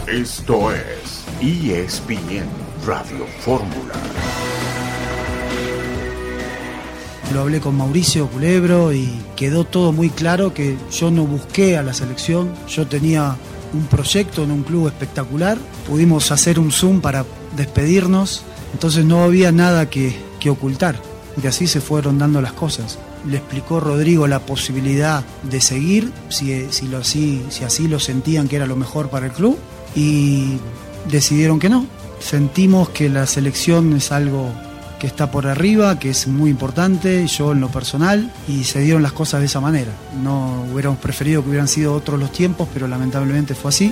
Esto es ESPN Radio Fórmula. Lo hablé con Mauricio Culebro y quedó todo muy claro que yo no busqué a la selección. Yo tenía un proyecto en un club espectacular. Pudimos hacer un Zoom para despedirnos. Entonces no había nada que ocultar. Y así se fueron dando las cosas. Le explicó Rodrigo la posibilidad de seguir, si así lo sentían que era lo mejor para el club. Y decidieron que no. Sentimos que la selección es algo que está por arriba, que es muy importante, yo en lo personal, y se dieron las cosas de esa manera. No hubiéramos preferido que hubieran sido otros los tiempos, pero lamentablemente fue así.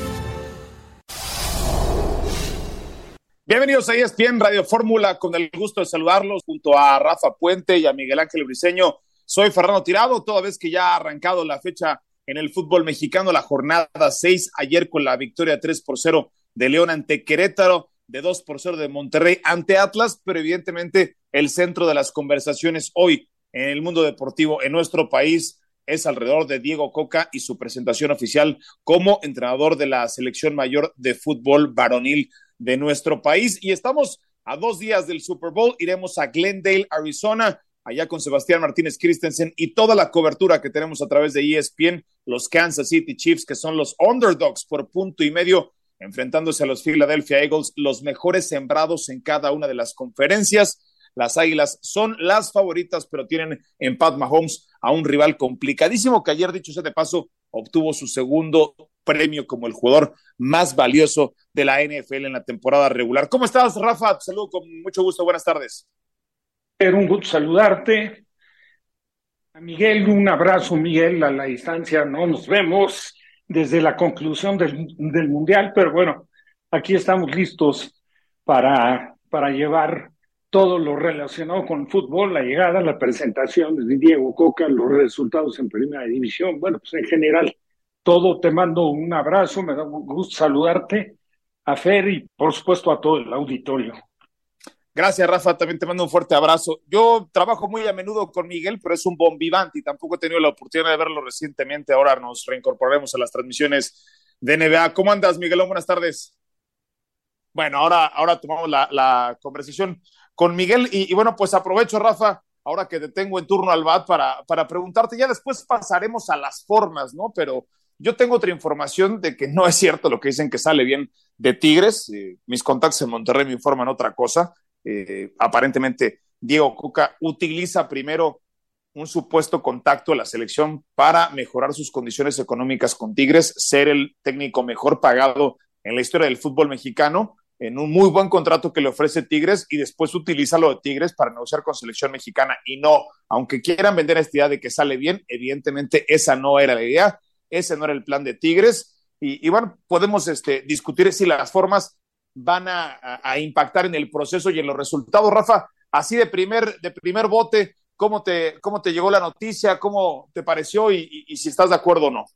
Bienvenidos a ESPN Radio Fórmula, con el gusto de saludarlos junto a Rafa Puente y a Miguel Ángel Briceño. Soy Fernando Tirado, toda vez que ya ha arrancado la fecha en el fútbol mexicano, la jornada 6, ayer con la victoria 3-0 de León ante Querétaro, de 2-0 de Monterrey ante Atlas, pero evidentemente el centro de las conversaciones hoy en el mundo deportivo en nuestro país es alrededor de Diego Coca y su presentación oficial como entrenador de la selección mayor de fútbol varonil de nuestro país. Y estamos a 2 días del Super Bowl, iremos a Glendale, Arizona, allá con Sebastián Martínez Christensen y toda la cobertura que tenemos a través de ESPN, los Kansas City Chiefs, que son los underdogs por 1.5, enfrentándose a los Philadelphia Eagles, los mejores sembrados en cada una de las conferencias. Las Águilas son las favoritas, pero tienen en Pat Mahomes a un rival complicadísimo que ayer, dicho sea de paso, obtuvo su segundo premio como el jugador más valioso de la NFL en la temporada regular. ¿Cómo estás, Rafa? Te saludo con mucho gusto. Buenas tardes. Era un gusto saludarte. A Miguel, un abrazo, Miguel, a la distancia. No nos vemos desde la conclusión del Mundial, pero bueno, aquí estamos listos para llevar todo lo relacionado con el fútbol, la llegada, la presentación de Diego Coca, los resultados en Primera División, bueno, pues en general, todo. Te mando un abrazo, me da gusto saludarte, a Fer y por supuesto a todo el auditorio. Gracias, Rafa, también te mando un fuerte abrazo. Yo trabajo muy a menudo con Miguel, pero es un bombivante y tampoco he tenido la oportunidad de verlo recientemente. Ahora nos reincorporaremos a las transmisiones de NBA. ¿Cómo andas, Miguelón? Buenas tardes. Bueno, ahora tomamos la conversación con Miguel y bueno, pues aprovecho, Rafa, ahora que te tengo en turno al BAT para preguntarte. Ya después pasaremos a las formas, ¿no? Pero yo tengo otra información de que no es cierto lo que dicen que sale bien de Tigres. Mis contactos en Monterrey me informan otra cosa. Aparentemente Diego Coca utiliza primero un supuesto contacto de la selección para mejorar sus condiciones económicas con Tigres, ser el técnico mejor pagado en la historia del fútbol mexicano, en un muy buen contrato que le ofrece Tigres, y después utiliza lo de Tigres para negociar con selección mexicana. Y no, aunque quieran vender esta idea de que sale bien, evidentemente esa no era la idea, ese no era el plan de Tigres. Y bueno, podemos discutir si las formas van a impactar en el proceso y en los resultados. Rafa, así de primer bote, ¿cómo te llegó la noticia? ¿Cómo te pareció? Y si estás de acuerdo o no.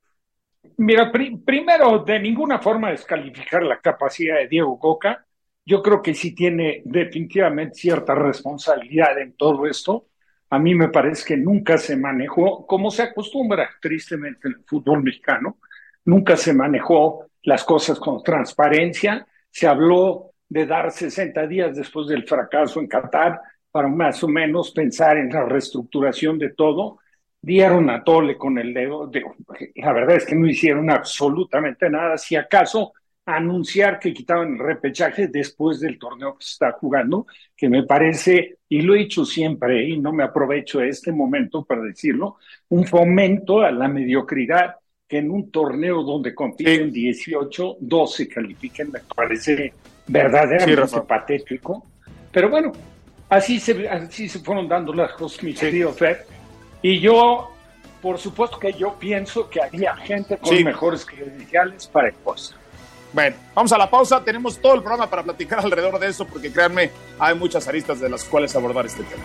Mira, primero, de ninguna forma descalificar la capacidad de Diego Coca. Yo creo que sí tiene definitivamente cierta responsabilidad en todo esto. A mí me parece que nunca se manejó, como se acostumbra tristemente en el fútbol mexicano, nunca se manejó las cosas con transparencia. Se habló de dar 60 días después del fracaso en Qatar para más o menos pensar en la reestructuración de todo. Dieron a tole con el dedo. La verdad es que no hicieron absolutamente nada. Si acaso anunciar que quitaban el repechaje después del torneo que se está jugando, que me parece, y lo he dicho siempre, y no me aprovecho de este momento para decirlo, un fomento a la mediocridad, que en un torneo donde compiten 18, 12 califiquen. Me parece verdaderamente patético. Pero bueno, así se fueron dando las cosas, mi querido Fer. Y yo, por supuesto que yo pienso que había gente con mejores credenciales para el puesto. Bueno, vamos a la pausa. Tenemos todo el programa para platicar alrededor de eso, porque créanme, hay muchas aristas de las cuales abordar este tema.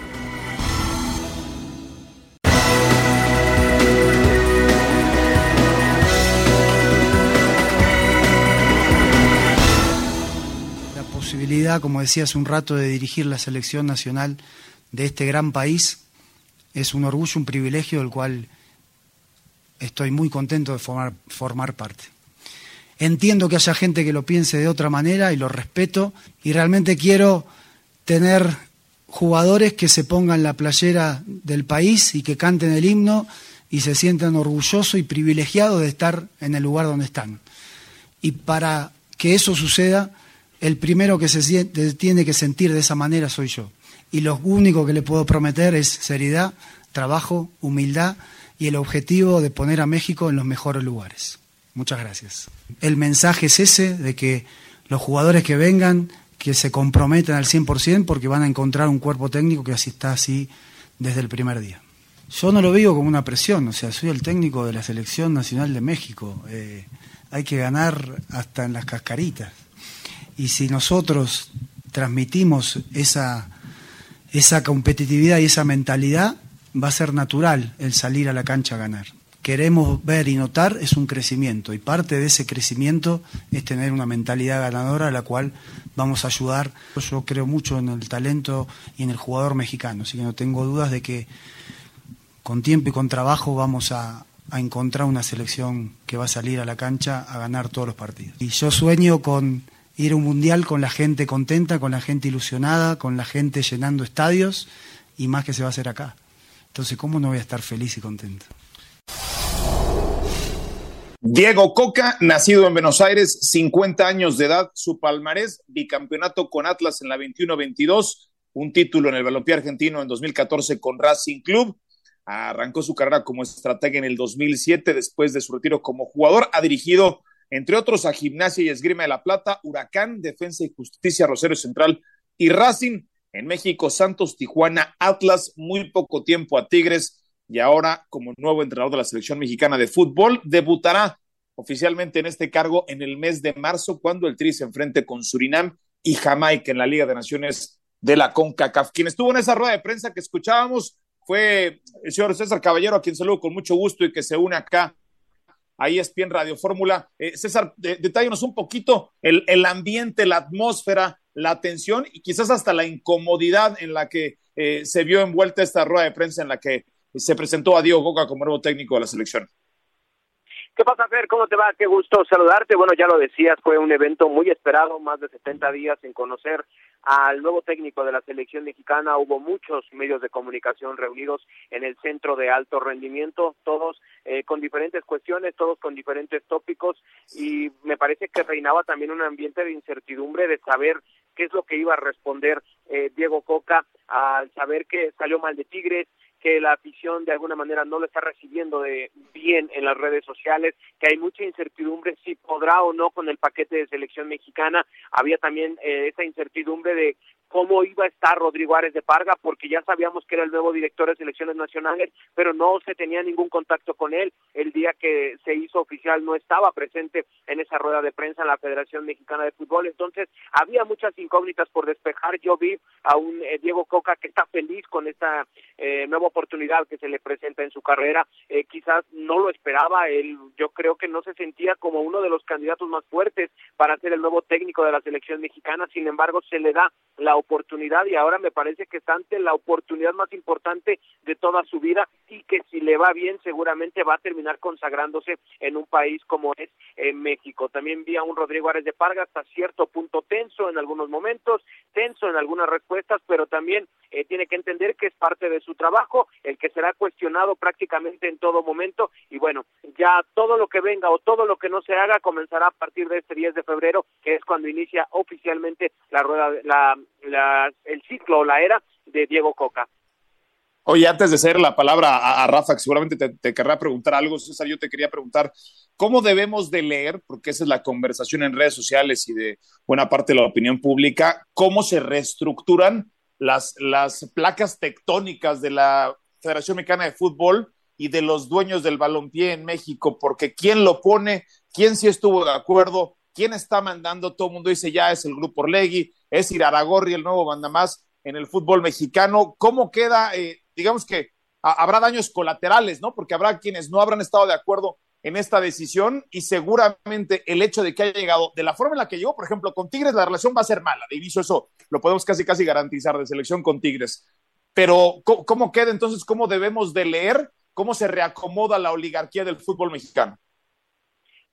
Posibilidad, como decía hace un rato, de dirigir la selección nacional de este gran país es un orgullo, un privilegio del cual estoy muy contento de formar parte. entiendo que haya gente que lo piense de otra manera y lo respeto, y realmente quiero tener jugadores que se pongan la playera del país y que canten el himno y se sientan orgullosos y privilegiados de estar en el lugar donde están. Y para que eso suceda, el primero que tiene que sentir de esa manera soy yo. Y lo único que le puedo prometer es seriedad, trabajo, humildad y el objetivo de poner a México en los mejores lugares. Muchas gracias. El mensaje es ese, de que los jugadores que vengan, que se comprometan al 100% porque van a encontrar un cuerpo técnico que así está así desde el primer día. Yo no lo veo como una presión, o sea, soy el técnico de la Selección Nacional de México. Hay que ganar hasta en las cascaritas. Y si nosotros transmitimos esa competitividad y esa mentalidad, va a ser natural el salir a la cancha a ganar. Queremos ver y notar es un crecimiento, y parte de ese crecimiento es tener una mentalidad ganadora a la cual vamos a ayudar. Yo creo mucho en el talento y en el jugador mexicano, así que no tengo dudas de que con tiempo y con trabajo vamos a encontrar una selección que va a salir a la cancha a ganar todos los partidos. Y yo sueño con ir a un mundial con la gente contenta, con la gente ilusionada, con la gente llenando estadios, y más que se va a hacer acá. Entonces, ¿cómo no voy a estar feliz y contento? Diego Coca, nacido en Buenos Aires, 50 años de edad, su palmarés, bicampeonato con Atlas en la 21-22, un título en el balompié argentino en 2014 con Racing Club. Arrancó su carrera como estratega en el 2007, después de su retiro como jugador. Ha dirigido, entre otros, a Gimnasia y Esgrima de La Plata, Huracán, Defensa y Justicia, Rosario Central y Racing. En México, Santos, Tijuana, Atlas, muy poco tiempo a Tigres, y ahora como nuevo entrenador de la selección mexicana de fútbol. Debutará oficialmente en este cargo en el mes de marzo, cuando el Tri se enfrente con Surinam y Jamaica en la Liga de Naciones de la CONCACAF. Quien estuvo en esa rueda de prensa que escuchábamos fue el señor César Caballero, a quien saludo con mucho gusto y que se une acá a ESPN Radio Fórmula. César, detállanos un poquito el ambiente, la atmósfera, la tensión y quizás hasta la incomodidad en la que se vio envuelta esta rueda de prensa en la que se presentó a Diego Coca como nuevo técnico de la selección. ¿Qué pasa, Fer? ¿Cómo te va? Qué gusto saludarte. Bueno, ya lo decías, fue un evento muy esperado, más de 70 días en conocer al nuevo técnico de la selección mexicana. Hubo muchos medios de comunicación reunidos en el centro de alto rendimiento, todos con diferentes cuestiones, todos con diferentes tópicos, y me parece que reinaba también un ambiente de incertidumbre de saber qué es lo que iba a responder Diego Coca al saber que salió mal de Tigres, que la afición de alguna manera no lo está recibiendo de bien en las redes sociales, que hay mucha incertidumbre si podrá o no con el paquete de selección mexicana. Había también esa incertidumbre de cómo iba a estar Rodrigo Ares de Parga, porque ya sabíamos que era el nuevo director de selecciones nacionales, pero no se tenía ningún contacto con él. El día que se hizo oficial no estaba presente en esa rueda de prensa en la Federación Mexicana de Fútbol, entonces había muchas incógnitas por despejar. Yo vi a un Diego Coca que está feliz con esta nueva oportunidad que se le presenta en su carrera. Quizás no lo esperaba, él yo creo que no se sentía como uno de los candidatos más fuertes para ser el nuevo técnico de la selección mexicana. Sin embargo, se le da la oportunidad y ahora me parece que está ante la oportunidad más importante de toda su vida, y que si le va bien seguramente va a terminar consagrándose en un país como es México. También vi a un Rodrigo Ares de Parga hasta cierto punto tenso en algunos momentos, tenso en algunas respuestas, pero también tiene que entender que es parte de su trabajo, el que será cuestionado prácticamente en todo momento, y bueno, ya todo lo que venga o todo lo que no se haga comenzará a partir de este 10 de febrero, que es cuando inicia oficialmente la rueda, el ciclo o la era de Diego Coca. Oye, antes de ceder la palabra a Rafa, que seguramente te querrá preguntar algo, César, yo te quería preguntar, ¿cómo debemos de leer, porque esa es la conversación en redes sociales y de buena parte de la opinión pública, cómo se reestructuran las placas tectónicas de la Federación Mexicana de Fútbol y de los dueños del balompié en México? Porque ¿quién lo pone? ¿Quién sí estuvo de acuerdo? ¿Quién está mandando? Todo el mundo dice ya es el Grupo Orlegui, es Iraragorri el nuevo mandamás en el fútbol mexicano. ¿Cómo queda? Digamos que habrá daños colaterales, ¿no? Porque habrá quienes no habrán estado de acuerdo en esta decisión, y seguramente el hecho de que haya llegado de la forma en la que llegó, por ejemplo, con Tigres la relación va a ser mala, de inicio eso lo podemos casi garantizar de selección con Tigres, pero ¿cómo queda entonces? ¿Cómo debemos de leer? ¿Cómo se reacomoda la oligarquía del fútbol mexicano?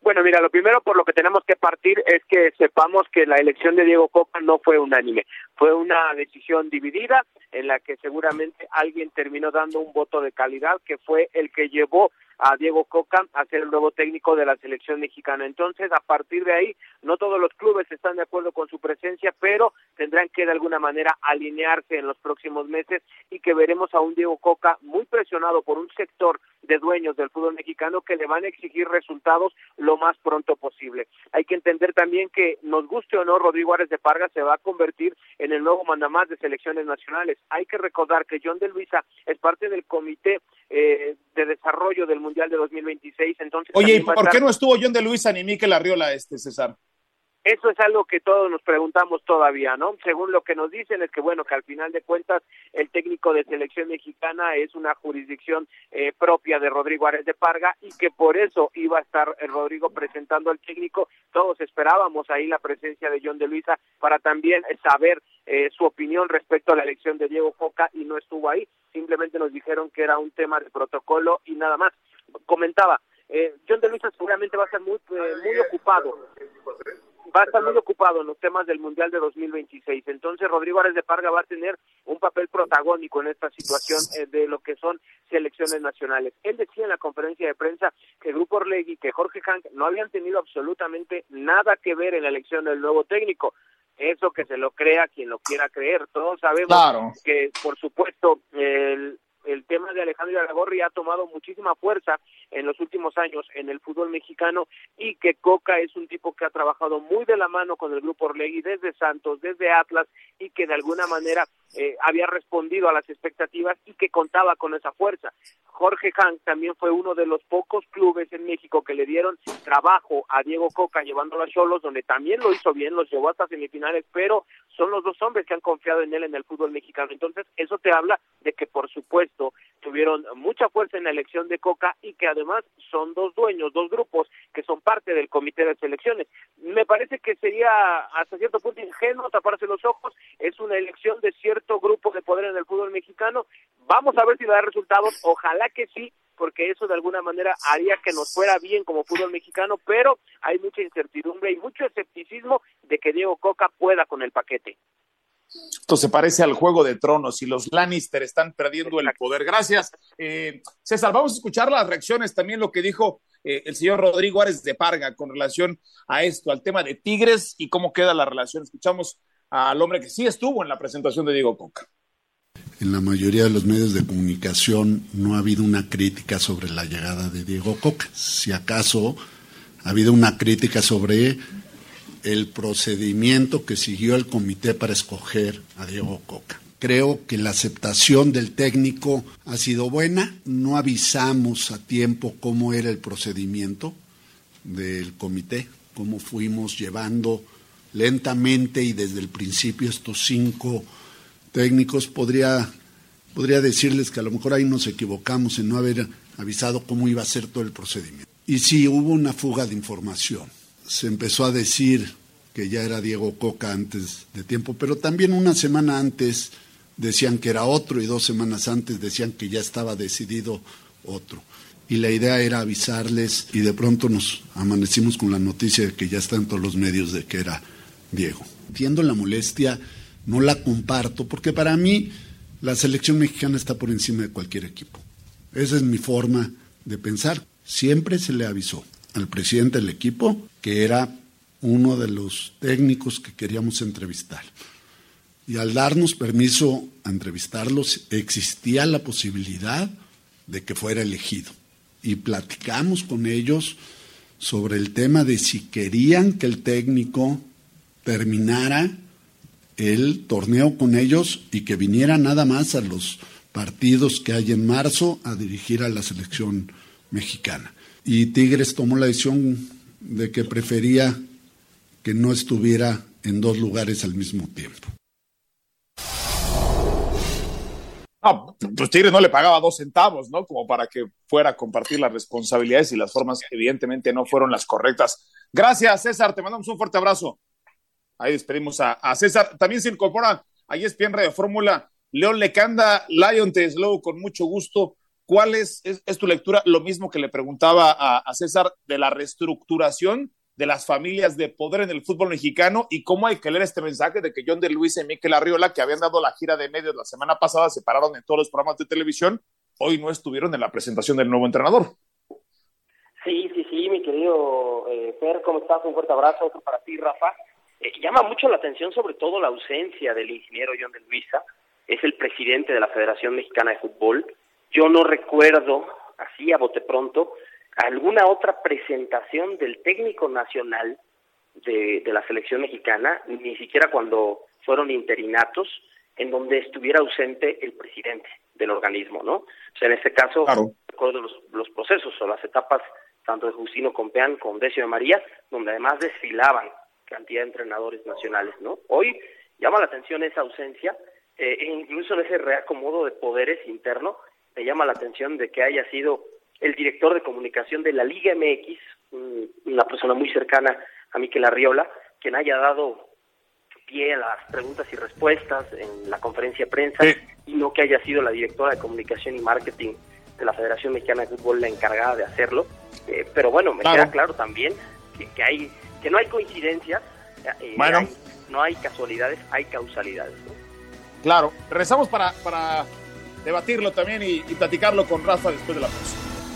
Bueno, mira, lo primero por lo que tenemos que partir es que sepamos que la elección de Diego Coca no fue unánime, fue una decisión dividida en la que seguramente alguien terminó dando un voto de calidad que fue el que llevó a Diego Coca a ser el nuevo técnico de la selección mexicana. Entonces, a partir de ahí, no todos los clubes están de acuerdo con su presencia, pero tendrán que de alguna manera alinearse en los próximos meses y que veremos a un Diego Coca muy presionado por un sector de dueños del fútbol mexicano que le van a exigir resultados lo más pronto posible. Hay que entender también que, nos guste o no, Rodrigo Ares de Parga se va a convertir en el nuevo mandamás de selecciones nacionales. Hay que recordar que John de Luisa es parte del comité de desarrollo del Mundial de 2026. Entonces, oye, ¿y por qué no estuvo John de Luisa ni Mikel Arriola, César? Eso es algo que todos nos preguntamos todavía, ¿no? Según lo que nos dicen es que, bueno, que al final de cuentas el técnico de selección mexicana es una jurisdicción propia de Rodrigo Ares de Parga y que por eso iba a estar Rodrigo presentando al técnico. Todos esperábamos ahí la presencia de John de Luisa para también saber su opinión respecto a la elección de Diego Coca y no estuvo ahí. Simplemente nos dijeron que era un tema de protocolo y nada más. Comentaba, John de Luisa seguramente va a estar muy ocupado. Va a estar muy ocupado en los temas del Mundial de 2026. Entonces, Rodrigo Ares de Parga va a tener un papel protagónico en esta situación de lo que son selecciones nacionales. Él decía en la conferencia de prensa que el Grupo Orlegui, que Jorge Hank no habían tenido absolutamente nada que ver en la elección del nuevo técnico. Eso que se lo crea quien lo quiera creer. Todos sabemos que, por supuesto, el tema de Alejandro Irarrágorri ha tomado muchísima fuerza en los últimos años en el fútbol mexicano y que Coca es un tipo que ha trabajado muy de la mano con el Grupo Orlegui desde Santos, desde Atlas y que de alguna manera había respondido a las expectativas y que contaba con esa fuerza. Jorge Hank también fue uno de los pocos clubes en México que le dieron trabajo a Diego Coca llevándolo a Xolos, donde también lo hizo bien, los llevó hasta semifinales, pero son los dos hombres que han confiado en él en el fútbol mexicano. Entonces, eso te habla de que, por supuesto, tuvieron mucha fuerza en la elección de Coca y que además son dos dueños, dos grupos que son parte del comité de selecciones. Me parece que sería hasta cierto punto ingenuo taparse los ojos, es una elección de cierto grupo de poder en el fútbol mexicano. Vamos a ver si da resultados, ojalá que sí, porque eso de alguna manera haría que nos fuera bien como fútbol mexicano, pero hay mucha incertidumbre y mucho escepticismo de que Diego Coca pueda con el paquete. Esto se parece al Juego de Tronos y los Lannister están perdiendo el poder. Gracias. César, vamos a escuchar las reacciones, también lo que dijo el señor Rodrigo Ares de Parga con relación a esto, al tema de Tigres y cómo queda la relación. Escuchamos al hombre que sí estuvo en la presentación de Diego Coca. En la mayoría de los medios de comunicación no ha habido una crítica sobre la llegada de Diego Coca. Si acaso ha habido una crítica sobre el procedimiento que siguió el comité para escoger a Diego Coca. Creo que la aceptación del técnico ha sido buena. No avisamos a tiempo cómo era el procedimiento del comité, cómo fuimos llevando lentamente y desde el principio estos 5 técnicos. Podría decirles que a lo mejor ahí nos equivocamos en no haber avisado cómo iba a ser todo el procedimiento. Y sí, hubo una fuga de información. Se empezó a decir que ya era Diego Coca antes de tiempo, pero también una semana antes decían que era otro y 2 semanas antes decían que ya estaba decidido otro. Y la idea era avisarles y de pronto nos amanecimos con la noticia de que ya está en todos los medios de que era Diego. Entiendo la molestia, no la comparto, porque para mí la selección mexicana está por encima de cualquier equipo. Esa es mi forma de pensar. Siempre se le avisó al presidente del equipo que era uno de los técnicos que queríamos entrevistar. Y al darnos permiso a entrevistarlos, existía la posibilidad de que fuera elegido. Y platicamos con ellos sobre el tema de si querían que el técnico terminara el torneo con ellos y que viniera nada más a los partidos que hay en marzo a dirigir a la selección mexicana. Y Tigres tomó la decisión de que prefería que no estuviera en 2 lugares al mismo tiempo. Pues Tigres no le pagaba 2 centavos, ¿no? Como para que fuera a compartir las responsabilidades y las formas evidentemente no fueron las correctas. Gracias, César, te mandamos un fuerte abrazo. Ahí despedimos a César. También se incorpora a ESPN Radio Fórmula León Lecanda. Lion, te deslogo con mucho gusto. ¿cuál es tu lectura? Lo mismo que le preguntaba a César de la reestructuración de las familias de poder en el fútbol mexicano y cómo hay que leer este mensaje de que John de Luisa y Mikel Arriola, que habían dado la gira de medios la semana pasada, se pararon en todos los programas de televisión, hoy no estuvieron en la presentación del nuevo entrenador. Sí, mi querido Fer, ¿cómo estás? Un fuerte abrazo, otro para ti, Rafa. Llama mucho la atención sobre todo la ausencia del ingeniero John de Luisa, es el presidente de la Federación Mexicana de Fútbol. Yo no recuerdo, así a bote pronto, alguna otra presentación del técnico nacional de la selección mexicana, ni siquiera cuando fueron interinatos, en donde estuviera ausente el presidente del organismo, ¿no? O sea, en este caso, claro, recuerdo los procesos o las etapas tanto de Justino Compeán como Decio de María, donde además desfilaban cantidad de entrenadores nacionales, ¿no? Hoy llama la atención esa ausencia, e incluso en ese reacomodo de poderes interno, me llama la atención de que haya sido el director de comunicación de la Liga MX, una persona muy cercana a Mikel Arriola, quien haya dado pie a las preguntas y respuestas en la conferencia de prensa, sí, y no que haya sido la directora de comunicación y marketing de la Federación Mexicana de Fútbol la encargada de hacerlo. Pero bueno, me queda claro también que no hay coincidencias, bueno, no hay casualidades, hay causalidades, ¿no? Claro, regresamos para debatirlo también y platicarlo con Rafa después de la pausa.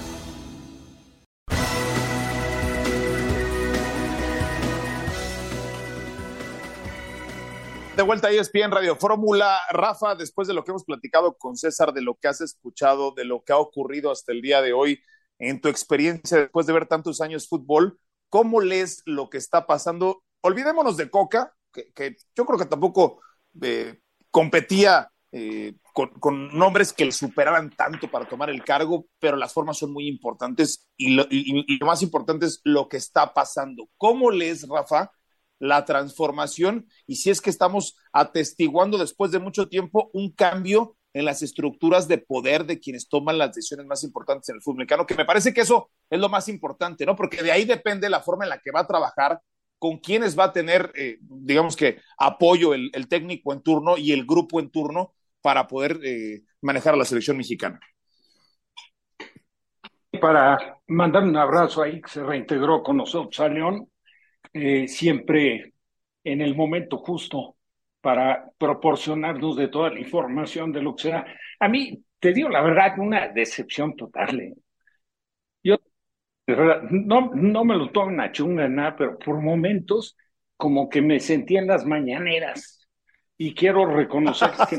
De vuelta a ESPN Radio Fórmula. Rafa, después de lo que hemos platicado con César, de lo que has escuchado, de lo que ha ocurrido hasta el día de hoy, en tu experiencia después de ver tantos años fútbol, ¿cómo lees lo que está pasando? Olvidémonos de Coca, que yo creo que tampoco competía con nombres que le superaban tanto para tomar el cargo, pero las formas son muy importantes y lo más importante es lo que está pasando. ¿Cómo lees, Rafa, la transformación y si es que estamos atestiguando después de mucho tiempo un cambio en las estructuras de poder de quienes toman las decisiones más importantes en el fútbol mexicano? Que me parece que eso es lo más importante, ¿no? Porque de ahí depende la forma en la que va a trabajar, con quienes va a tener, digamos que, apoyo el técnico en turno y el grupo en turno para poder manejar a la selección mexicana. Para mandar un abrazo ahí que se reintegró con nosotros a León, siempre en el momento justo para proporcionarnos de toda la información de lo que será. A mí, te digo la verdad, una decepción total. Yo, de verdad, no me lo tomo una chunga, nada, pero por momentos como que me sentí en las mañaneras y quiero reconocer que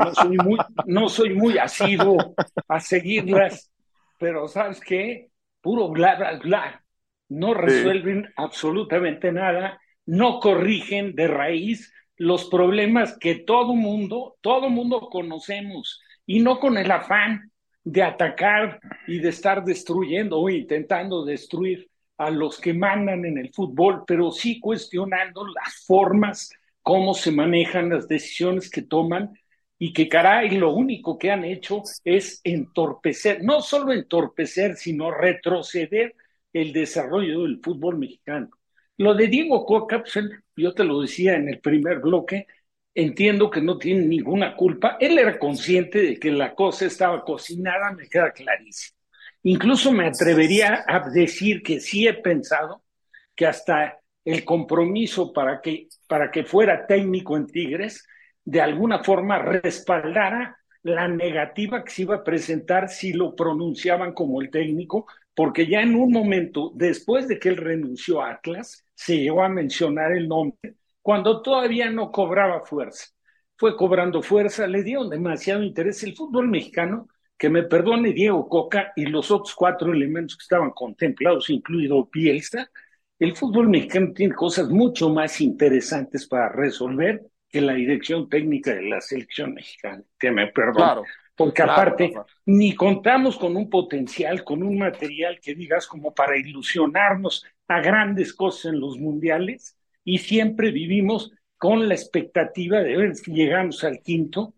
no soy muy asiduo a seguirlas, pero ¿sabes qué? Puro bla, bla, bla. No resuelven absolutamente nada, no corrigen de raíz los problemas que todo mundo conocemos, y no con el afán de atacar y de estar destruyendo o intentando destruir a los que mandan en el fútbol, pero sí cuestionando las formas, cómo se manejan las decisiones que toman, y que caray, lo único que han hecho es entorpecer, no solo entorpecer, sino retroceder el desarrollo del fútbol mexicano. Lo de Diego Coca, pues yo te lo decía en el primer bloque, entiendo que no tiene ninguna culpa. Él era consciente de que la cosa estaba cocinada, me queda clarísimo. Incluso me atrevería a decir que sí he pensado que hasta el compromiso para que fuera técnico en Tigres, de alguna forma respaldara la negativa que se iba a presentar si lo pronunciaban como el técnico, porque ya en un momento, después de que él renunció a Atlas, se llegó a mencionar el nombre, cuando todavía no cobraba fuerza. Fue cobrando fuerza, le dieron demasiado interés. El fútbol mexicano, que me perdone Diego Coca y los otros 4 elementos que estaban contemplados, incluido Bielsa, el fútbol mexicano tiene cosas mucho más interesantes para resolver que la dirección técnica de la selección mexicana, que me perdone. Claro. Porque aparte, ni contamos con un potencial, con un material que digas como para ilusionarnos a grandes cosas en los mundiales, y siempre vivimos con la expectativa de ver si llegamos al quinto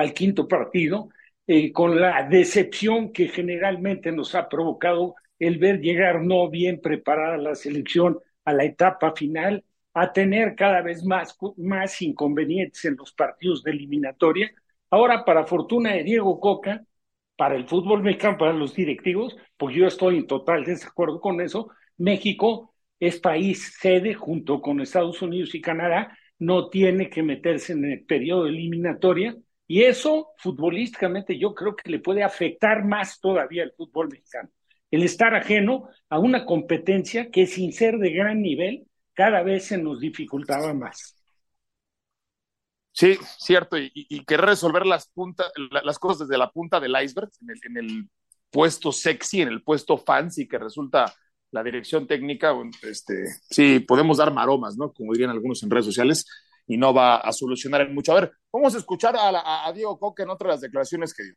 partido, con la decepción que generalmente nos ha provocado el ver llegar no bien preparada la selección a la etapa final, a tener cada vez más inconvenientes en los partidos de eliminatoria. Ahora, para fortuna de Diego Coca, para el fútbol mexicano, para los directivos, porque yo estoy en total desacuerdo con eso. México es país sede junto con Estados Unidos y Canadá, no tiene que meterse en el periodo de eliminatoria, y eso futbolísticamente yo creo que le puede afectar más todavía al fútbol mexicano. El estar ajeno a una competencia que sin ser de gran nivel, cada vez se nos dificultaba más. Sí, cierto, y querer resolver las cosas desde la punta del iceberg, en el puesto sexy, en el puesto fancy que resulta la dirección técnica, sí, podemos dar maromas, ¿no? Como dirían algunos en redes sociales, y no va a solucionar en mucho. A ver, vamos a escuchar a Diego Coca en otra de las declaraciones que dio.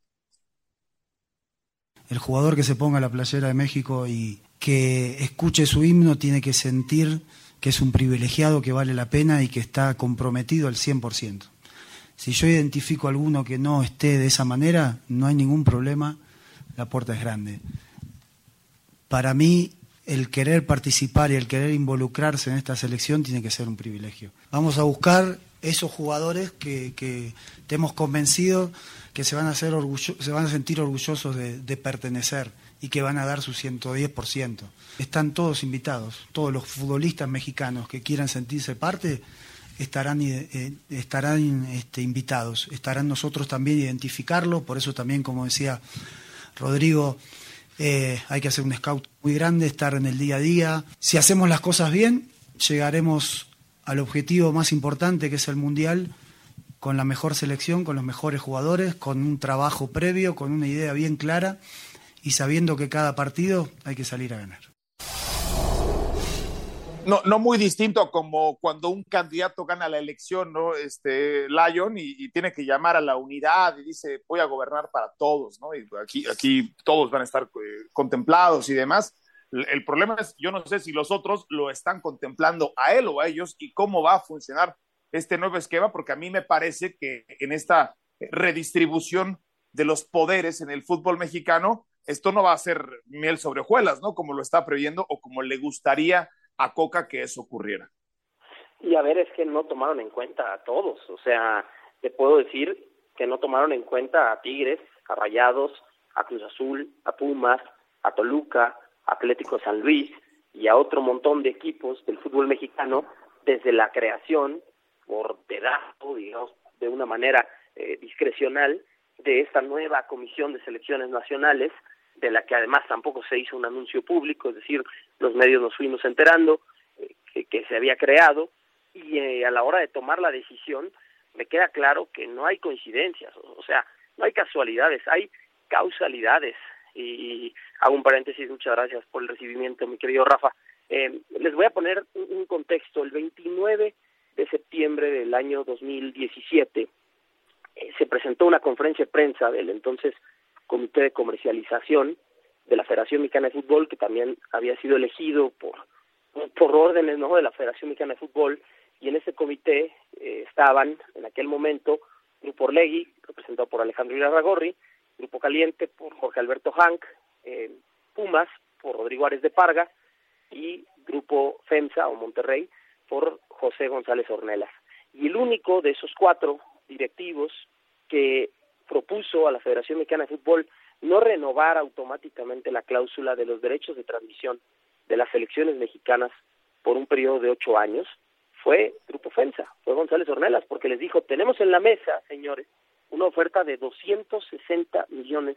El jugador que se ponga la playera de México y que escuche su himno tiene que sentir que es un privilegiado, que vale la pena y que está comprometido al 100%. Si yo identifico a alguno que no esté de esa manera, no hay ningún problema, la puerta es grande. Para mí, el querer participar y el querer involucrarse en esta selección tiene que ser un privilegio. Vamos a buscar esos jugadores que te hemos convencido que se van a sentir orgullosos de pertenecer y que van a dar su 110%. Están todos invitados, todos los futbolistas mexicanos que quieran sentirse parte estarán invitados. Estarán nosotros también identificarlo, por eso también, como decía Rodrigo, hay que hacer un scout muy grande, estar en el día a día. Si hacemos las cosas bien, llegaremos al objetivo más importante, que es el Mundial, con la mejor selección, con los mejores jugadores, con un trabajo previo, con una idea bien clara y sabiendo que cada partido hay que salir a ganar. No muy distinto como cuando un candidato gana la elección, ¿no? Lyon, y tiene que llamar a la unidad y dice, voy a gobernar para todos, ¿no? Y aquí todos van a estar contemplados y demás. El problema es, yo no sé si los otros lo están contemplando a él o a ellos y cómo va a funcionar este nuevo esquema, porque a mí me parece que en esta redistribución de los poderes en el fútbol mexicano, esto no va a ser miel sobre hojuelas, ¿no? Como lo está previendo o como le gustaría a Coca que eso ocurriera. Y a ver, es que no tomaron en cuenta a todos, o sea, te puedo decir que no tomaron en cuenta a Tigres, a Rayados, a Cruz Azul, a Pumas, a Toluca, a Atlético San Luis y a otro montón de equipos del fútbol mexicano desde la creación, por dedazo, digamos, de una manera discrecional, de esta nueva comisión de selecciones nacionales, de la que además tampoco se hizo un anuncio público, es decir, los medios nos fuimos enterando que se había creado, y a la hora de tomar la decisión me queda claro que no hay coincidencias, o sea, no hay casualidades, hay causalidades. Y hago un paréntesis, muchas gracias por el recibimiento, mi querido Rafa. Les voy a poner un contexto. El 29 de septiembre del año 2017 se presentó una conferencia de prensa del entonces Comité de Comercialización de la Federación Mexicana de Fútbol, que también había sido elegido por órdenes, ¿no?, de la Federación Mexicana de Fútbol, y en ese comité estaban en aquel momento Grupo Orlegui, representado por Alejandro Irarrágorri, Grupo Caliente por Jorge Alberto Hank, Pumas por Rodrigo Ares de Parga y Grupo FEMSA o Monterrey por José González Ornelas. Y el único de esos cuatro directivos que propuso a la Federación Mexicana de Fútbol no renovar automáticamente la cláusula de los derechos de transmisión de las selecciones mexicanas por un periodo de 8 años fue Grupo FEMSA, fue González Ornelas, porque les dijo, tenemos en la mesa, señores, una oferta de $260 millones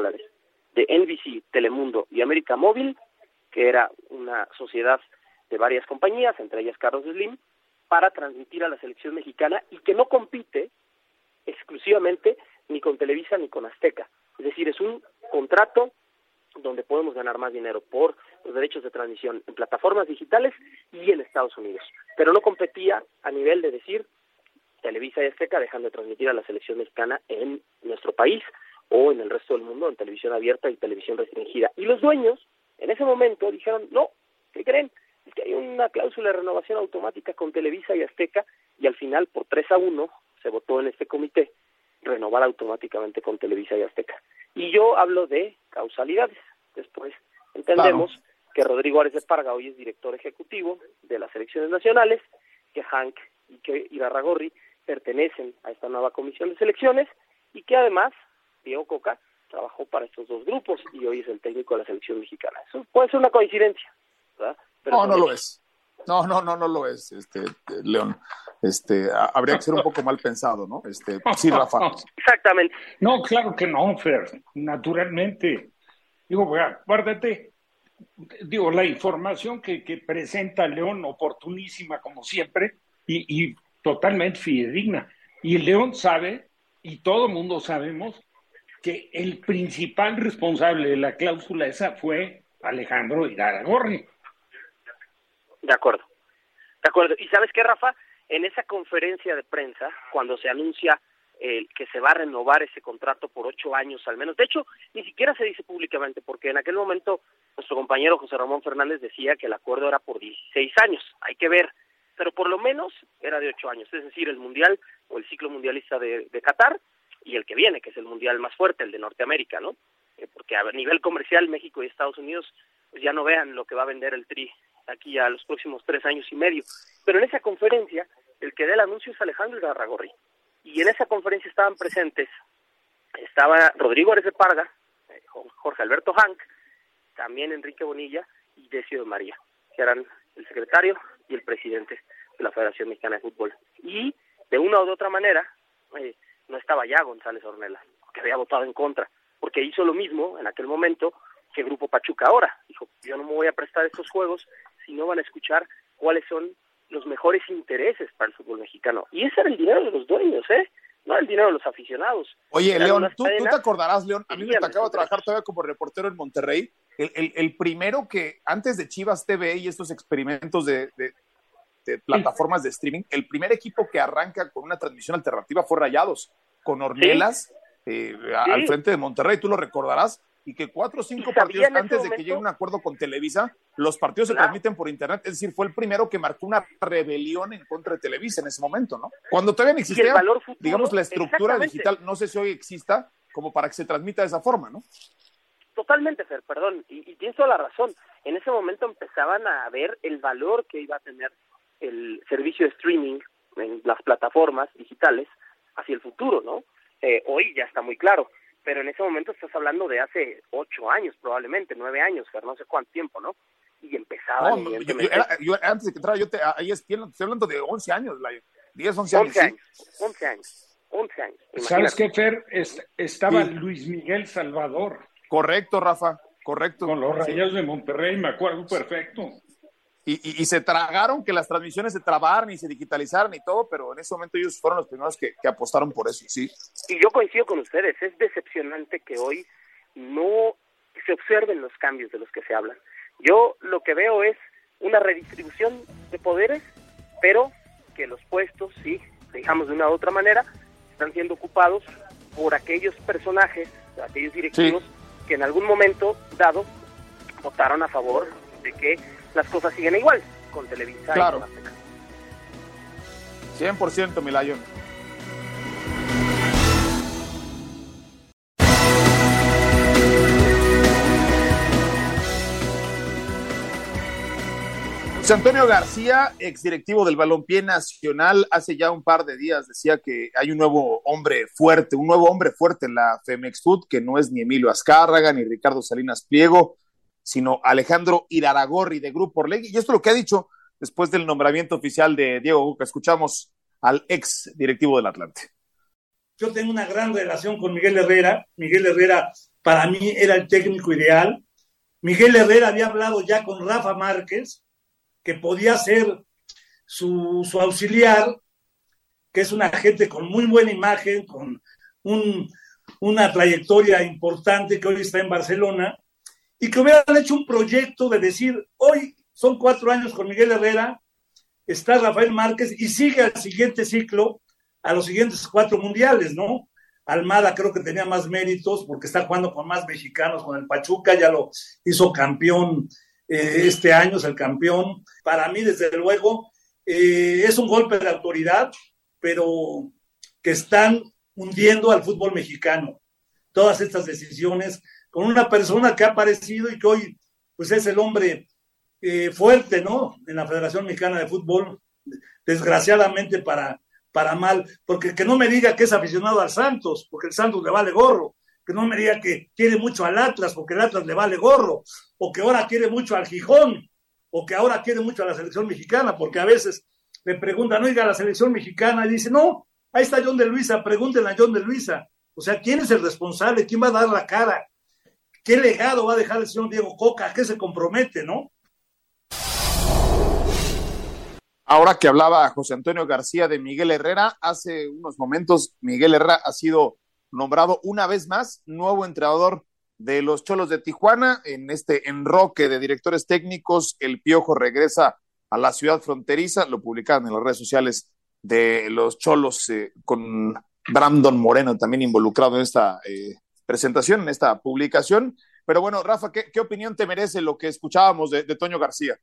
de NBC, Telemundo y América Móvil, que era una sociedad de varias compañías, entre ellas Carlos Slim, para transmitir a la selección mexicana y que no compite exclusivamente ni con Televisa ni con Azteca. Es decir, es un contrato donde podemos ganar más dinero por los derechos de transmisión en plataformas digitales y en Estados Unidos. Pero no competía a nivel de decir, Televisa y Azteca dejan de transmitir a la selección mexicana en nuestro país o en el resto del mundo en televisión abierta y televisión restringida. Y los dueños, en ese momento, dijeron, no, ¿qué creen? Es que hay una cláusula de renovación automática con Televisa y Azteca, y al final, por 3-1, se votó en este comité renovar automáticamente con Televisa y Azteca. Y yo hablo de causalidades. Después entendemos que Rodrigo Ares de Parga hoy es director ejecutivo de las selecciones nacionales, que Hank y que Irarrágorri pertenecen a esta nueva comisión de selecciones, y que además Diego Coca trabajó para estos dos grupos y hoy es el técnico de la selección mexicana. Eso puede ser una coincidencia, ¿verdad? Pero no lo es. No lo es, León. Habría que ser un poco mal pensado, ¿no? Sí, Rafa. Exactamente. No, claro que no, Fer, naturalmente. Digo, guárdate, la información que presenta León, oportunísima como siempre, y totalmente fidedigna. Y León sabe, y todo el mundo sabemos, que el principal responsable de la cláusula esa fue Alejandro Iraragorri. De acuerdo. ¿Y sabes qué, Rafa? En esa conferencia de prensa, cuando se anuncia que se va a renovar ese contrato por 8 años al menos, de hecho, ni siquiera se dice públicamente, porque en aquel momento nuestro compañero José Ramón Fernández decía que el acuerdo era por 16 años, hay que ver, pero por lo menos era de 8 años, es decir, el Mundial o el ciclo mundialista de Qatar y el que viene, que es el Mundial más fuerte, el de Norteamérica, ¿no? Porque a nivel comercial México y Estados Unidos pues ya no vean lo que va a vender el Tri aquí a los próximos 3 años y medio. Pero en esa conferencia, el que da el anuncio es Alejandro Iraragorri. Y en esa conferencia estaban presentes, estaba Rodrigo Ares de Parga, Jorge Alberto Hank, también Enrique Bonilla y Decio de María, que eran el secretario y el presidente de la Federación Mexicana de Fútbol. Y de una u otra manera, no estaba ya González Ornelas, que había votado en contra, porque hizo lo mismo en aquel momento que Grupo Pachuca ahora. Dijo, yo no me voy a prestar estos juegos si no van a escuchar cuáles son los mejores intereses para el fútbol mexicano. Y ese era el dinero de los dueños, no el dinero de los aficionados. Oye, León, ¿tú te acordarás, León? A mí me tocaba trabajar todavía como reportero en Monterrey. El primero que, antes de Chivas TV y estos experimentos de plataformas de streaming, el primer equipo que arranca con una transmisión alternativa fue Rayados, con Ornelas al frente de Monterrey, tú lo recordarás, y que 4 o 5 partidos antes de que llegue un acuerdo con Televisa, los partidos se transmiten por internet, es decir, fue el primero que marcó una rebelión en contra de Televisa en ese momento, ¿no? Cuando todavía no existía, digamos, la estructura digital, no sé si hoy exista, como para que se transmita de esa forma, ¿no? Totalmente, Fer, perdón, y tienes toda la razón. En ese momento empezaban a ver el valor que iba a tener el servicio de streaming en las plataformas digitales hacia el futuro, ¿no? Hoy ya está muy claro, pero en ese momento estás hablando de hace 8 años, probablemente 9 años, Fer, no sé cuánto tiempo, ¿no? Y empezaba. No, yo antes de que entrara, ahí estoy hablando de 11 años, 10, 11 años. 11 años. Imagínate. ¿Sabes qué, Fer? Estaba Luis Miguel Salvador. Correcto, Rafa, correcto. Con los Rayados de Monterrey, me acuerdo perfecto. Y se tragaron que las transmisiones se trabaran y se digitalizaran y todo, pero en ese momento ellos fueron los primeros que apostaron por eso, sí. Y yo coincido con ustedes, es decepcionante que hoy no se observen los cambios de los que se hablan. Yo lo que veo es una redistribución de poderes, pero que los puestos, sí, digamos de una u otra manera, están siendo ocupados por aquellos personajes, aquellos directivos que en algún momento dado votaron a favor de que las cosas siguen igual con Televisa. Claro. Y con Azteca. 100%, mi Lion. José Antonio García, exdirectivo del Balompié Nacional, hace ya un par de días decía que hay un nuevo hombre fuerte en la Femex Food, que no es ni Emilio Azcárraga ni Ricardo Salinas Pliego, sino Alejandro Iraragorri de Grupo Orlegui. Y esto es lo que ha dicho después del nombramiento oficial de Diego Coca. Escuchamos al ex directivo del Atlante. Yo tengo una gran relación con Miguel Herrera. Miguel Herrera para mí era el técnico ideal. Miguel Herrera había hablado ya con Rafa Márquez, que podía ser su auxiliar, que es una gente con muy buena imagen, con una trayectoria importante, que hoy está en Barcelona, y que hubieran hecho un proyecto de decir, hoy son 4 años con Miguel Herrera, está Rafael Márquez, y sigue al siguiente ciclo, a los siguientes 4 mundiales, ¿no? Almada creo que tenía más méritos, porque está jugando con más mexicanos, con el Pachuca, ya lo hizo campeón este año, es el campeón. Para mí, desde luego, es un golpe de autoridad, pero que están hundiendo al fútbol mexicano. Todas estas decisiones, con una persona que ha aparecido y que hoy pues es el hombre fuerte, ¿no?, en la Federación Mexicana de Fútbol, desgraciadamente para mal, porque que no me diga que es aficionado al Santos, porque el Santos le vale gorro, que no me diga que quiere mucho al Atlas porque el Atlas le vale gorro, o que ahora quiere mucho al Gijón, o que ahora quiere mucho a la selección mexicana, porque a veces le preguntan, oiga, la selección mexicana, y dice, no, ahí está John de Luisa, pregúntenle a John de Luisa. O sea, ¿quién es el responsable? ¿Quién va a dar la cara? ¿Qué legado va a dejar el señor Diego Coca? ¿A qué se compromete, no? Ahora que hablaba José Antonio García de Miguel Herrera, hace unos momentos Miguel Herrera ha sido nombrado una vez más nuevo entrenador de los Cholos de Tijuana. En este enroque de directores técnicos, el Piojo regresa a la ciudad fronteriza, lo publicaron en las redes sociales de los Cholos, con Brandon Moreno también involucrado en esta presentación, en esta publicación. Pero bueno, Rafa, ¿qué opinión te merece lo que escuchábamos de Toño García?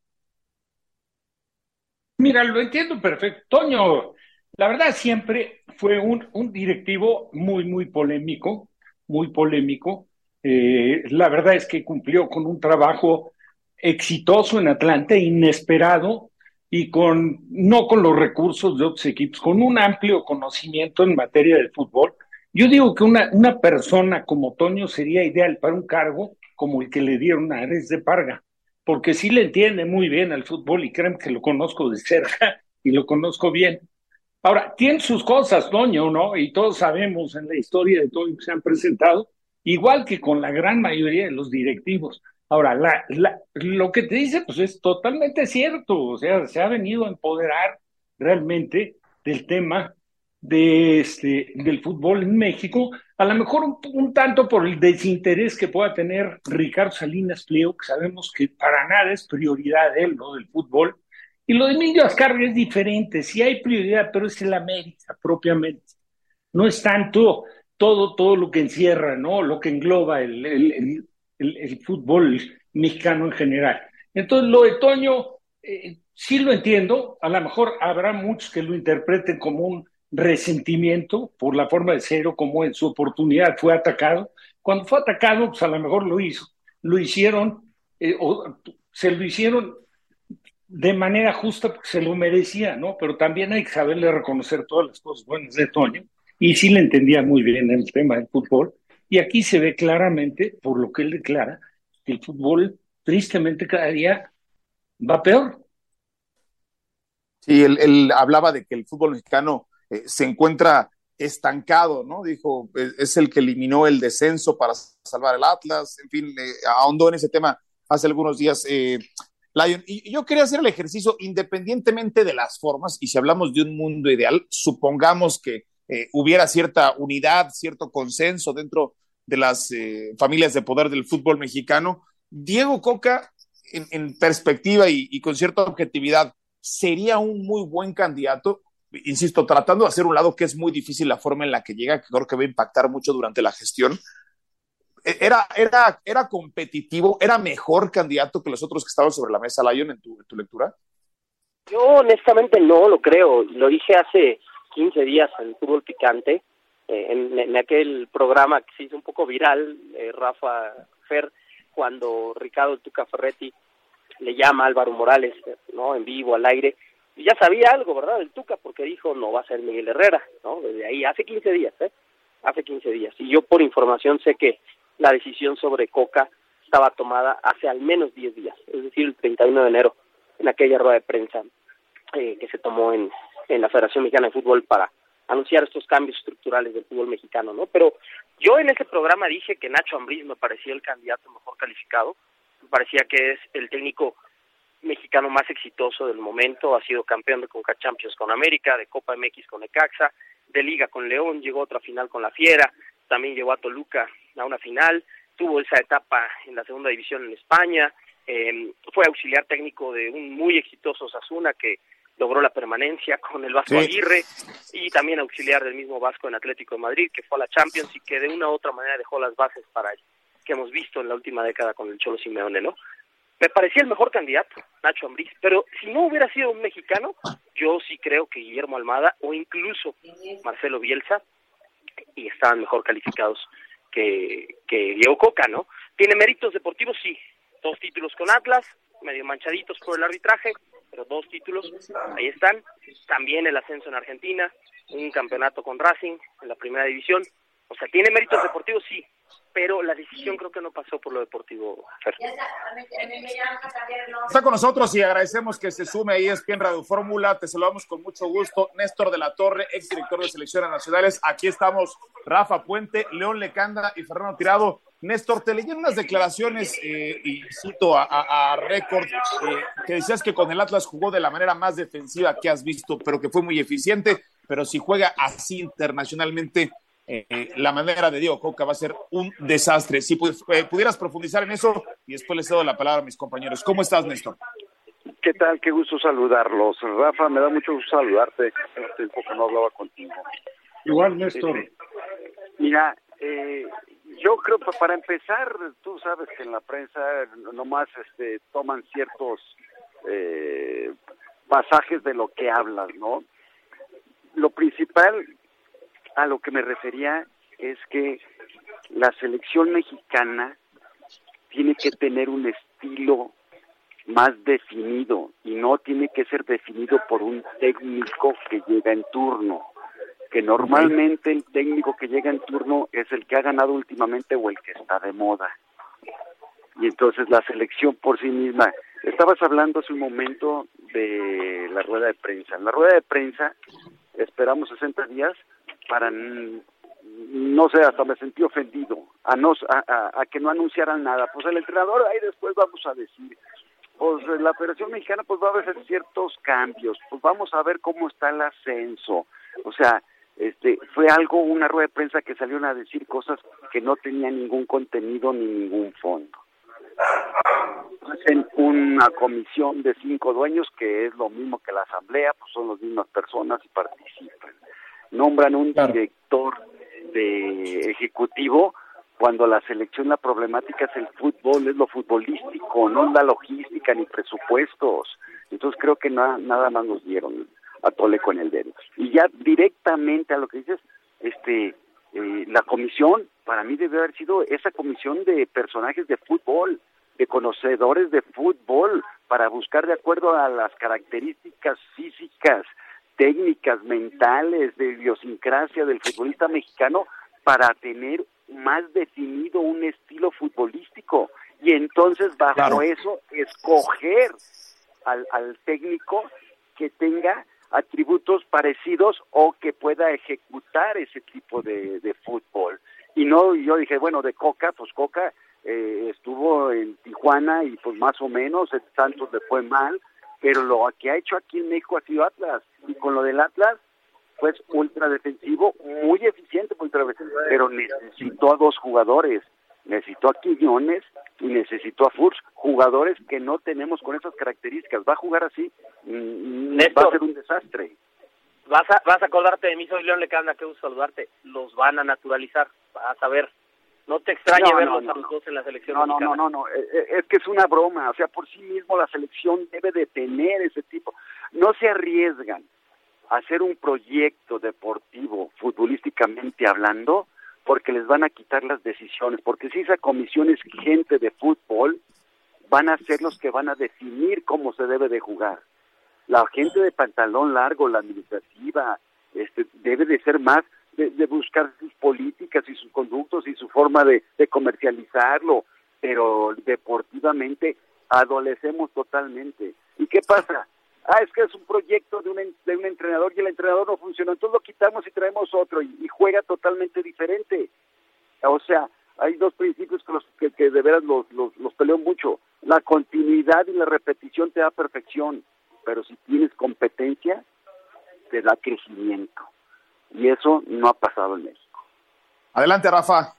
Mira, lo entiendo perfecto. Toño, la verdad siempre fue un directivo muy polémico, muy polémico. La verdad es que cumplió con un trabajo exitoso en Atlanta, inesperado, y no con los recursos de otros equipos, con un amplio conocimiento en materia de fútbol. Yo digo que una persona como Toño sería ideal para un cargo como el que le dieron a Ares de Parga, porque sí le entiende muy bien al fútbol y créanme que lo conozco de cerca y lo conozco bien. Ahora, tiene sus cosas, Toño, ¿no? Y todos sabemos en la historia de Toño que se han presentado, igual que con la gran mayoría de los directivos. Ahora, lo que te dice, pues es totalmente cierto, o sea, se ha venido a empoderar realmente del tema del fútbol en México, a lo mejor un tanto por el desinterés que pueda tener Ricardo Salinas Pliego, que sabemos que para nada es prioridad de él, ¿no? Del fútbol. Y lo de Emilio Azcárraga es diferente, sí hay prioridad, pero es el América propiamente. No es tanto todo lo que encierra, ¿no? Lo que engloba el fútbol mexicano en general. Entonces, lo de Toño, sí lo entiendo, a lo mejor habrá muchos que lo interpreten como un resentimiento por la forma de ser o como en su oportunidad fue atacado. Cuando fue atacado, pues a lo mejor lo hicieron, o se lo hicieron de manera justa porque se lo merecía, ¿no? Pero también hay que saberle reconocer todas las cosas buenas de Toño, y sí le entendía muy bien el tema del fútbol, y aquí se ve claramente, por lo que él declara, que el fútbol tristemente cada día va peor. Sí, él hablaba de que el fútbol mexicano se encuentra estancado, ¿no? Dijo, es el que eliminó el descenso para salvar el Atlas, en fin, ahondó en ese tema hace algunos días, Lion. Y yo quería hacer el ejercicio independientemente de las formas, y si hablamos de un mundo ideal, supongamos que hubiera cierta unidad, cierto consenso dentro de las familias de poder del fútbol mexicano. Diego Coca, en perspectiva y con cierta objetividad, sería un muy buen candidato, insisto, tratando de hacer un lado que es muy difícil la forma en la que llega, que creo que va a impactar mucho durante la gestión. Era competitivo, era mejor candidato que los otros que estaban sobre la mesa, Lion, en tu lectura. Yo honestamente no lo creo, lo dije hace 15 días en Fútbol Picante, en aquel programa que se hizo un poco viral, Rafa Fer, cuando Ricardo Tuca Ferretti le llama a Álvaro Morales, ¿no? En vivo, al aire, y ya sabía algo, ¿verdad?, del Tuca, porque dijo, no va a ser Miguel Herrera, ¿no? Desde ahí, hace 15 días, hace 15 días, y yo por información sé que la decisión sobre Coca estaba tomada hace al menos 10 días, es decir, el 31 de enero, en aquella rueda de prensa que se tomó en la Federación Mexicana de Fútbol para anunciar estos cambios estructurales del fútbol mexicano, ¿no? Pero yo en ese programa dije que Nacho Ambriz me parecía el candidato mejor calificado, me parecía que es el técnico mexicano más exitoso del momento, ha sido campeón de Conca Champions con América, de Copa MX con Necaxa, de Liga con León, llegó a otra final con la Fiera, también llevó a Toluca a una final, tuvo esa etapa en la segunda división en España, fue auxiliar técnico de un muy exitoso Osasuna que logró la permanencia con el Vasco Aguirre, y también auxiliar del mismo Vasco en Atlético de Madrid, que fue a la Champions y que de una u otra manera dejó las bases para el que hemos visto en la última década con el Cholo Simeone, ¿no? Me parecía el mejor candidato, Nacho Ambriz, pero si no hubiera sido un mexicano, yo sí creo que Guillermo Almada o incluso Marcelo Bielsa y estaban mejor calificados que Diego Coca, ¿no? ¿Tiene méritos deportivos? Sí. 2 títulos con Atlas, medio manchaditos por el arbitraje, pero 2 títulos, ahí están. También el ascenso en Argentina, un campeonato con Racing en la primera división. O sea, ¿tiene méritos deportivos? Sí. pero la decisión creo que no pasó por lo deportivo. Está con nosotros y agradecemos que se sume a ESPN Radio Fórmula. Te saludamos con mucho gusto, Néstor de la Torre, exdirector de selecciones nacionales. Aquí estamos Rafa Puente, León Lecanda y Fernando Tirado. Néstor, te leí en unas declaraciones, y cito a récord, que decías que con el Atlas jugó de la manera más defensiva que has visto, pero que fue muy eficiente, pero si juega así internacionalmente, la manera de Diego Coca va a ser un desastre. Si pudieras profundizar en eso, y después les cedo la palabra a mis compañeros. ¿Cómo estás, Néstor? ¿Qué tal? Qué gusto saludarlos. Rafa, me da mucho gusto saludarte. Hace tiempo que no hablaba contigo. Igual, Néstor. Mira, yo creo que para empezar, tú sabes que en la prensa nomás toman ciertos pasajes de lo que hablas, ¿no? Lo principal a lo que me refería es que la selección mexicana tiene que tener un estilo más definido y no tiene que ser definido por un técnico que llega en turno, que normalmente el técnico que llega en turno es el que ha ganado últimamente o el que está de moda. Y entonces la selección por sí misma, estabas hablando hace un momento de la rueda de prensa. En la rueda de prensa esperamos 60 días para, no sé, hasta me sentí ofendido, a que no anunciaran nada. Pues el entrenador, ahí después vamos a decir, pues la Federación Mexicana pues va a hacer ciertos cambios, pues vamos a ver cómo está el ascenso. O sea, fue una rueda de prensa que salieron a decir cosas que no tenían ningún contenido ni ningún fondo. Hacen una comisión de 5 dueños, que es lo mismo que la asamblea, pues son las mismas personas y participan. Nombran un director de ejecutivo cuando la selección, la problemática es el fútbol, es lo futbolístico, no es la logística ni presupuestos. Entonces creo que nada más nos dieron a tole con el dedo. Y ya directamente a lo que dices, la comisión, para mí debe haber sido esa comisión de personajes de fútbol, de conocedores de fútbol, para buscar de acuerdo a las características físicas, técnicas, mentales, de idiosincrasia del futbolista mexicano, para tener más definido un estilo futbolístico. Y entonces, bajo eso, escoger al técnico que tenga atributos parecidos o que pueda ejecutar ese tipo de fútbol. Y no, yo dije, bueno, de Coca, pues Coca estuvo en Tijuana y pues más o menos, el Santos le fue mal, pero lo que ha hecho aquí en México ha sido Atlas, y con lo del Atlas, pues ultra defensivo, muy eficiente, pero necesitó a 2 jugadores, necesitó a Quiñones y necesitó a Furch, jugadores que no tenemos con esas características. Va a jugar así, va a ser un desastre. Vas a acordarte de mí, soy León Lecanda, qué gusto saludarte. Los van a naturalizar, vas a ver. No te extrañe verlos a los dos en la selección mexicana. No, es que es una broma. O sea, por sí mismo la selección debe de tener ese tipo. No se arriesgan a hacer un proyecto deportivo, futbolísticamente hablando, porque les van a quitar las decisiones. Porque si esa comisión es gente de fútbol, van a ser los que van a definir cómo se debe de jugar. La gente de pantalón largo, la administrativa, debe de ser más de buscar sus políticas y sus conductos y su forma de comercializarlo, pero deportivamente adolecemos totalmente. ¿Y qué pasa? Es que es un proyecto de un entrenador y el entrenador no funcionó, entonces lo quitamos y traemos otro y juega totalmente diferente. O sea, hay 2 principios que de veras los peleo mucho. La continuidad y la repetición te da perfección, pero si tienes competencia, te da crecimiento. Y eso no ha pasado en México. Adelante, Rafa.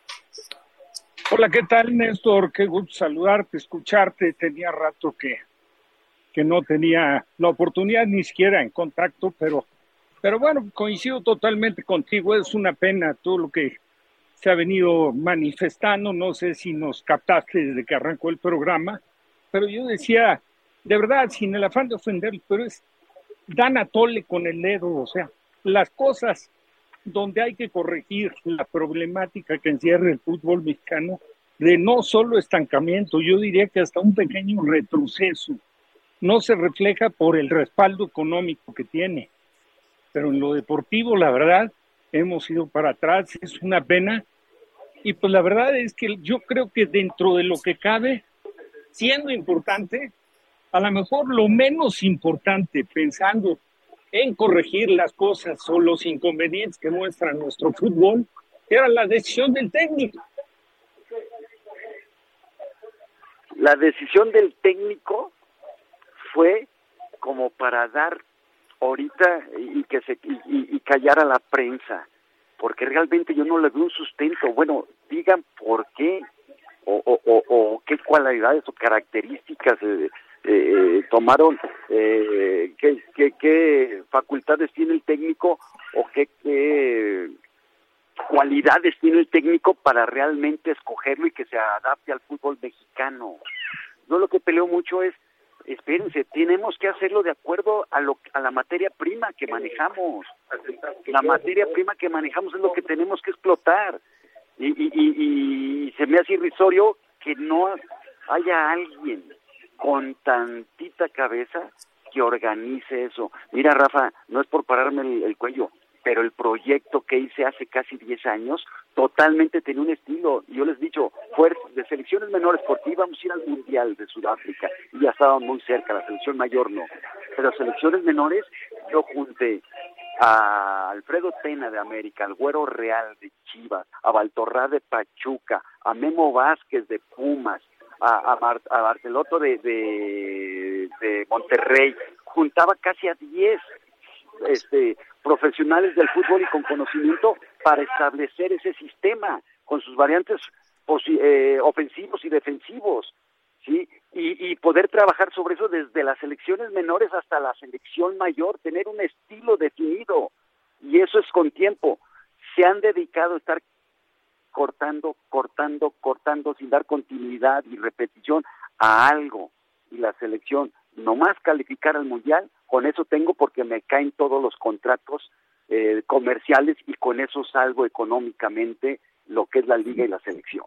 Hola, ¿qué tal, Néstor? Qué gusto saludarte, escucharte. Tenía rato que no tenía la oportunidad ni siquiera en contacto, pero bueno, coincido totalmente contigo. Es una pena todo lo que se ha venido manifestando. No sé si nos captaste desde que arrancó el programa, pero yo decía, de verdad, sin el afán de ofender, pero dan a tole con el dedo, o sea, las cosas donde hay que corregir la problemática que encierra el fútbol mexicano, de no solo estancamiento, yo diría que hasta un pequeño retroceso, no se refleja por el respaldo económico que tiene, pero en lo deportivo, la verdad, hemos ido para atrás. Es una pena Y pues la verdad es que yo creo que dentro de lo que cabe, siendo importante, a lo mejor lo menos importante, pensando en corregir las cosas o los inconvenientes que muestra nuestro fútbol, era la decisión del técnico. La decisión del técnico fue como para dar ahorita y callar a la prensa, porque realmente yo no le veo un sustento. Bueno, digan por qué o qué cualidades o características tomaron, qué facultades tiene el técnico o qué cualidades tiene el técnico para realmente escogerlo y que se adapte al fútbol mexicano. Yo lo que peleo mucho es, espérense, tenemos que hacerlo de acuerdo a la materia prima que manejamos. La materia prima que manejamos es lo que tenemos que explotar. Y se me hace irrisorio que no haya alguien con tantita cabeza que organice eso. Mira, Rafa, no es por pararme el cuello, pero el proyecto que hice hace casi 10 años totalmente tenía un estilo. Y yo les he dicho, de selecciones menores, porque íbamos a ir al Mundial de Sudáfrica y ya estábamos muy cerca, la selección mayor no. Pero selecciones menores, yo junté a Alfredo Tena de América, al Güero Real de Chivas, a Valtorrá de Pachuca, a Memo Vázquez de Pumas, a Bartelotto de Monterrey. Juntaba casi a 10 profesionales del fútbol y con conocimiento para establecer ese sistema con sus variantes ofensivos y defensivos, ¿sí? Y poder trabajar sobre eso desde las selecciones menores hasta la selección mayor, tener un estilo definido, y eso es con tiempo. Se han dedicado a estar cortando sin dar continuidad y repetición a algo, y la selección nomás calificar al Mundial, con eso tengo, porque me caen todos los contratos comerciales y con eso salgo económicamente lo que es la liga y la selección.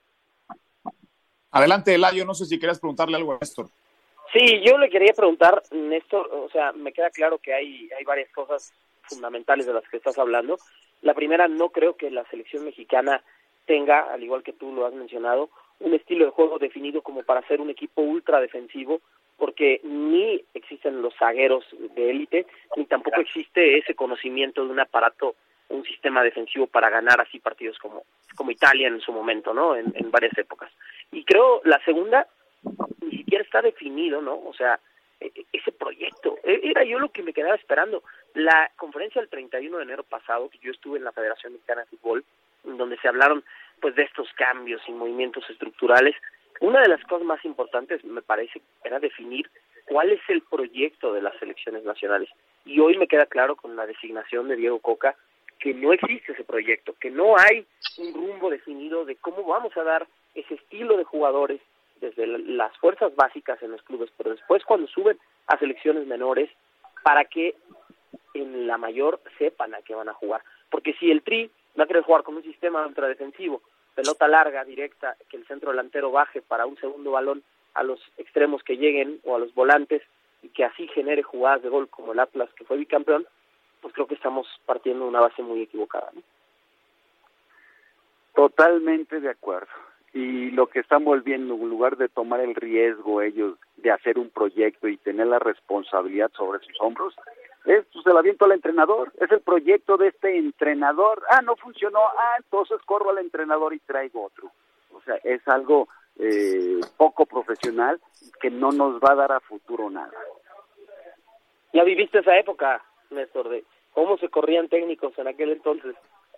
Adelante, Elayo, no sé si querías preguntarle algo a Néstor. Sí, yo le quería preguntar, Néstor, o sea, me queda claro que hay varias cosas fundamentales de las que estás hablando. La primera, no creo que la selección mexicana tenga, al igual que tú lo has mencionado, un estilo de juego definido como para ser un equipo ultra defensivo, porque ni existen los zagueros de élite, ni tampoco existe ese conocimiento de un aparato, un sistema defensivo para ganar así partidos como Italia en su momento, ¿no? En varias épocas. Y creo la segunda, ni siquiera está definido, ¿no? O sea, ese proyecto, era yo lo que me quedaba esperando. La conferencia del 31 de enero pasado, que yo estuve en la Federación Mexicana de Fútbol, en donde se hablaron pues de estos cambios y movimientos estructurales, una de las cosas más importantes, me parece, era definir cuál es el proyecto de las selecciones nacionales. Y hoy me queda claro con la designación de Diego Coca que no existe ese proyecto, que no hay un rumbo definido de cómo vamos a dar ese estilo de jugadores desde las fuerzas básicas en los clubes, pero después cuando suben a selecciones menores, para que en la mayor sepan a qué van a jugar. Porque si el Tri va a querer jugar con un sistema ultradefensivo, pelota larga, directa, que el centro delantero baje para un segundo balón a los extremos que lleguen o a los volantes, y que así genere jugadas de gol como el Atlas, que fue bicampeón, pues creo que estamos partiendo de una base muy equivocada, ¿no? Totalmente de acuerdo. Y lo que están volviendo, en lugar de tomar el riesgo ellos de hacer un proyecto y tener la responsabilidad sobre sus hombros, pues el aviento al entrenador, es el proyecto de este entrenador. No funcionó, entonces corro al entrenador y traigo otro. O sea, es algo poco profesional que no nos va a dar a futuro nada. Ya viviste esa época, Néstor, de cómo se corrían técnicos en aquel entonces.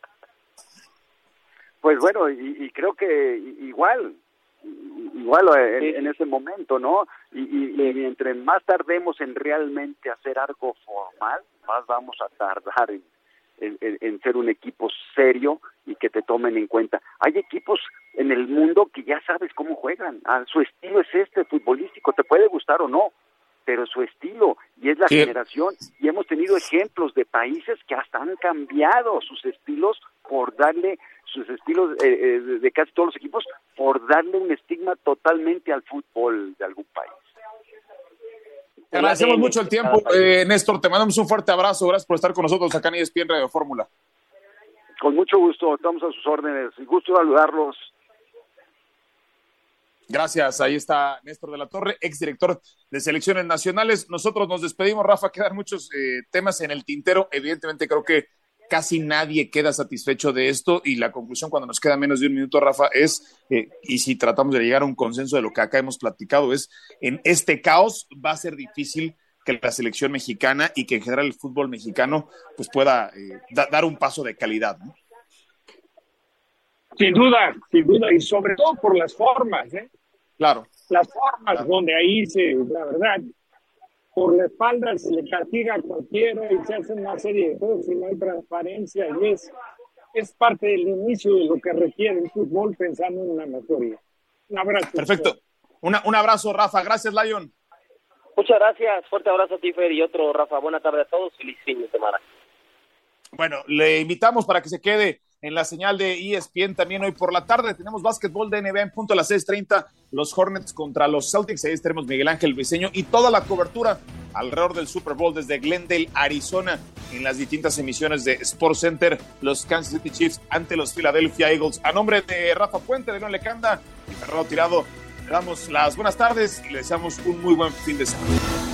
Pues bueno, y creo que igual en ese momento, ¿no? Y entre más tardemos en realmente hacer algo formal, más vamos a tardar en ser un equipo serio y que te tomen en cuenta. Hay equipos en el mundo que ya sabes cómo juegan, su estilo es futbolístico, te puede gustar o no, pero su estilo, y es la generación, y hemos tenido ejemplos de países que hasta han cambiado sus estilos de casi todos los equipos, por darle un estigma totalmente al fútbol de algún país. Te agradecemos mucho el tiempo, Néstor, te mandamos un fuerte abrazo, gracias por estar con nosotros acá en ESPN Radio Fórmula. Con mucho gusto, estamos a sus órdenes. Gusto saludarlos. Gracias, ahí está Néstor de la Torre, exdirector de selecciones nacionales. Nosotros nos despedimos, Rafa, quedan muchos temas en el tintero. Evidentemente creo que casi nadie queda satisfecho de esto y la conclusión cuando nos queda menos de un minuto, Rafa, es, y si tratamos de llegar a un consenso de lo que acá hemos platicado, es en este caos va a ser difícil que la selección mexicana y que en general el fútbol mexicano pues pueda dar un paso de calidad, ¿no? Sin duda, y sobre todo por las formas, ¿eh? Claro. Las formas donde ahí la verdad, por la espalda se le castiga a cualquiera y se hace una serie de cosas y no hay transparencia y es parte del inicio de lo que requiere el fútbol pensando en una mejoría. Un abrazo. Perfecto. Un abrazo, Rafa. Gracias, Lion. Muchas gracias. Fuerte abrazo a ti, Fer, y otro, Rafa. Buena tarde a todos. Feliz fin de semana. Bueno, le invitamos para que se quede en la señal de ESPN también hoy por la tarde. Tenemos básquetbol de NBA en punto a las 6:30, los Hornets contra los Celtics. Ahí estaremos Miguel Ángel Briceño y toda la cobertura alrededor del Super Bowl desde Glendale, Arizona, en las distintas emisiones de Sports Center, los Kansas City Chiefs ante los Philadelphia Eagles. A nombre de Rafa Puente, de León Lecanda y Fernando Tirado, le damos las buenas tardes y le deseamos un muy buen fin de semana.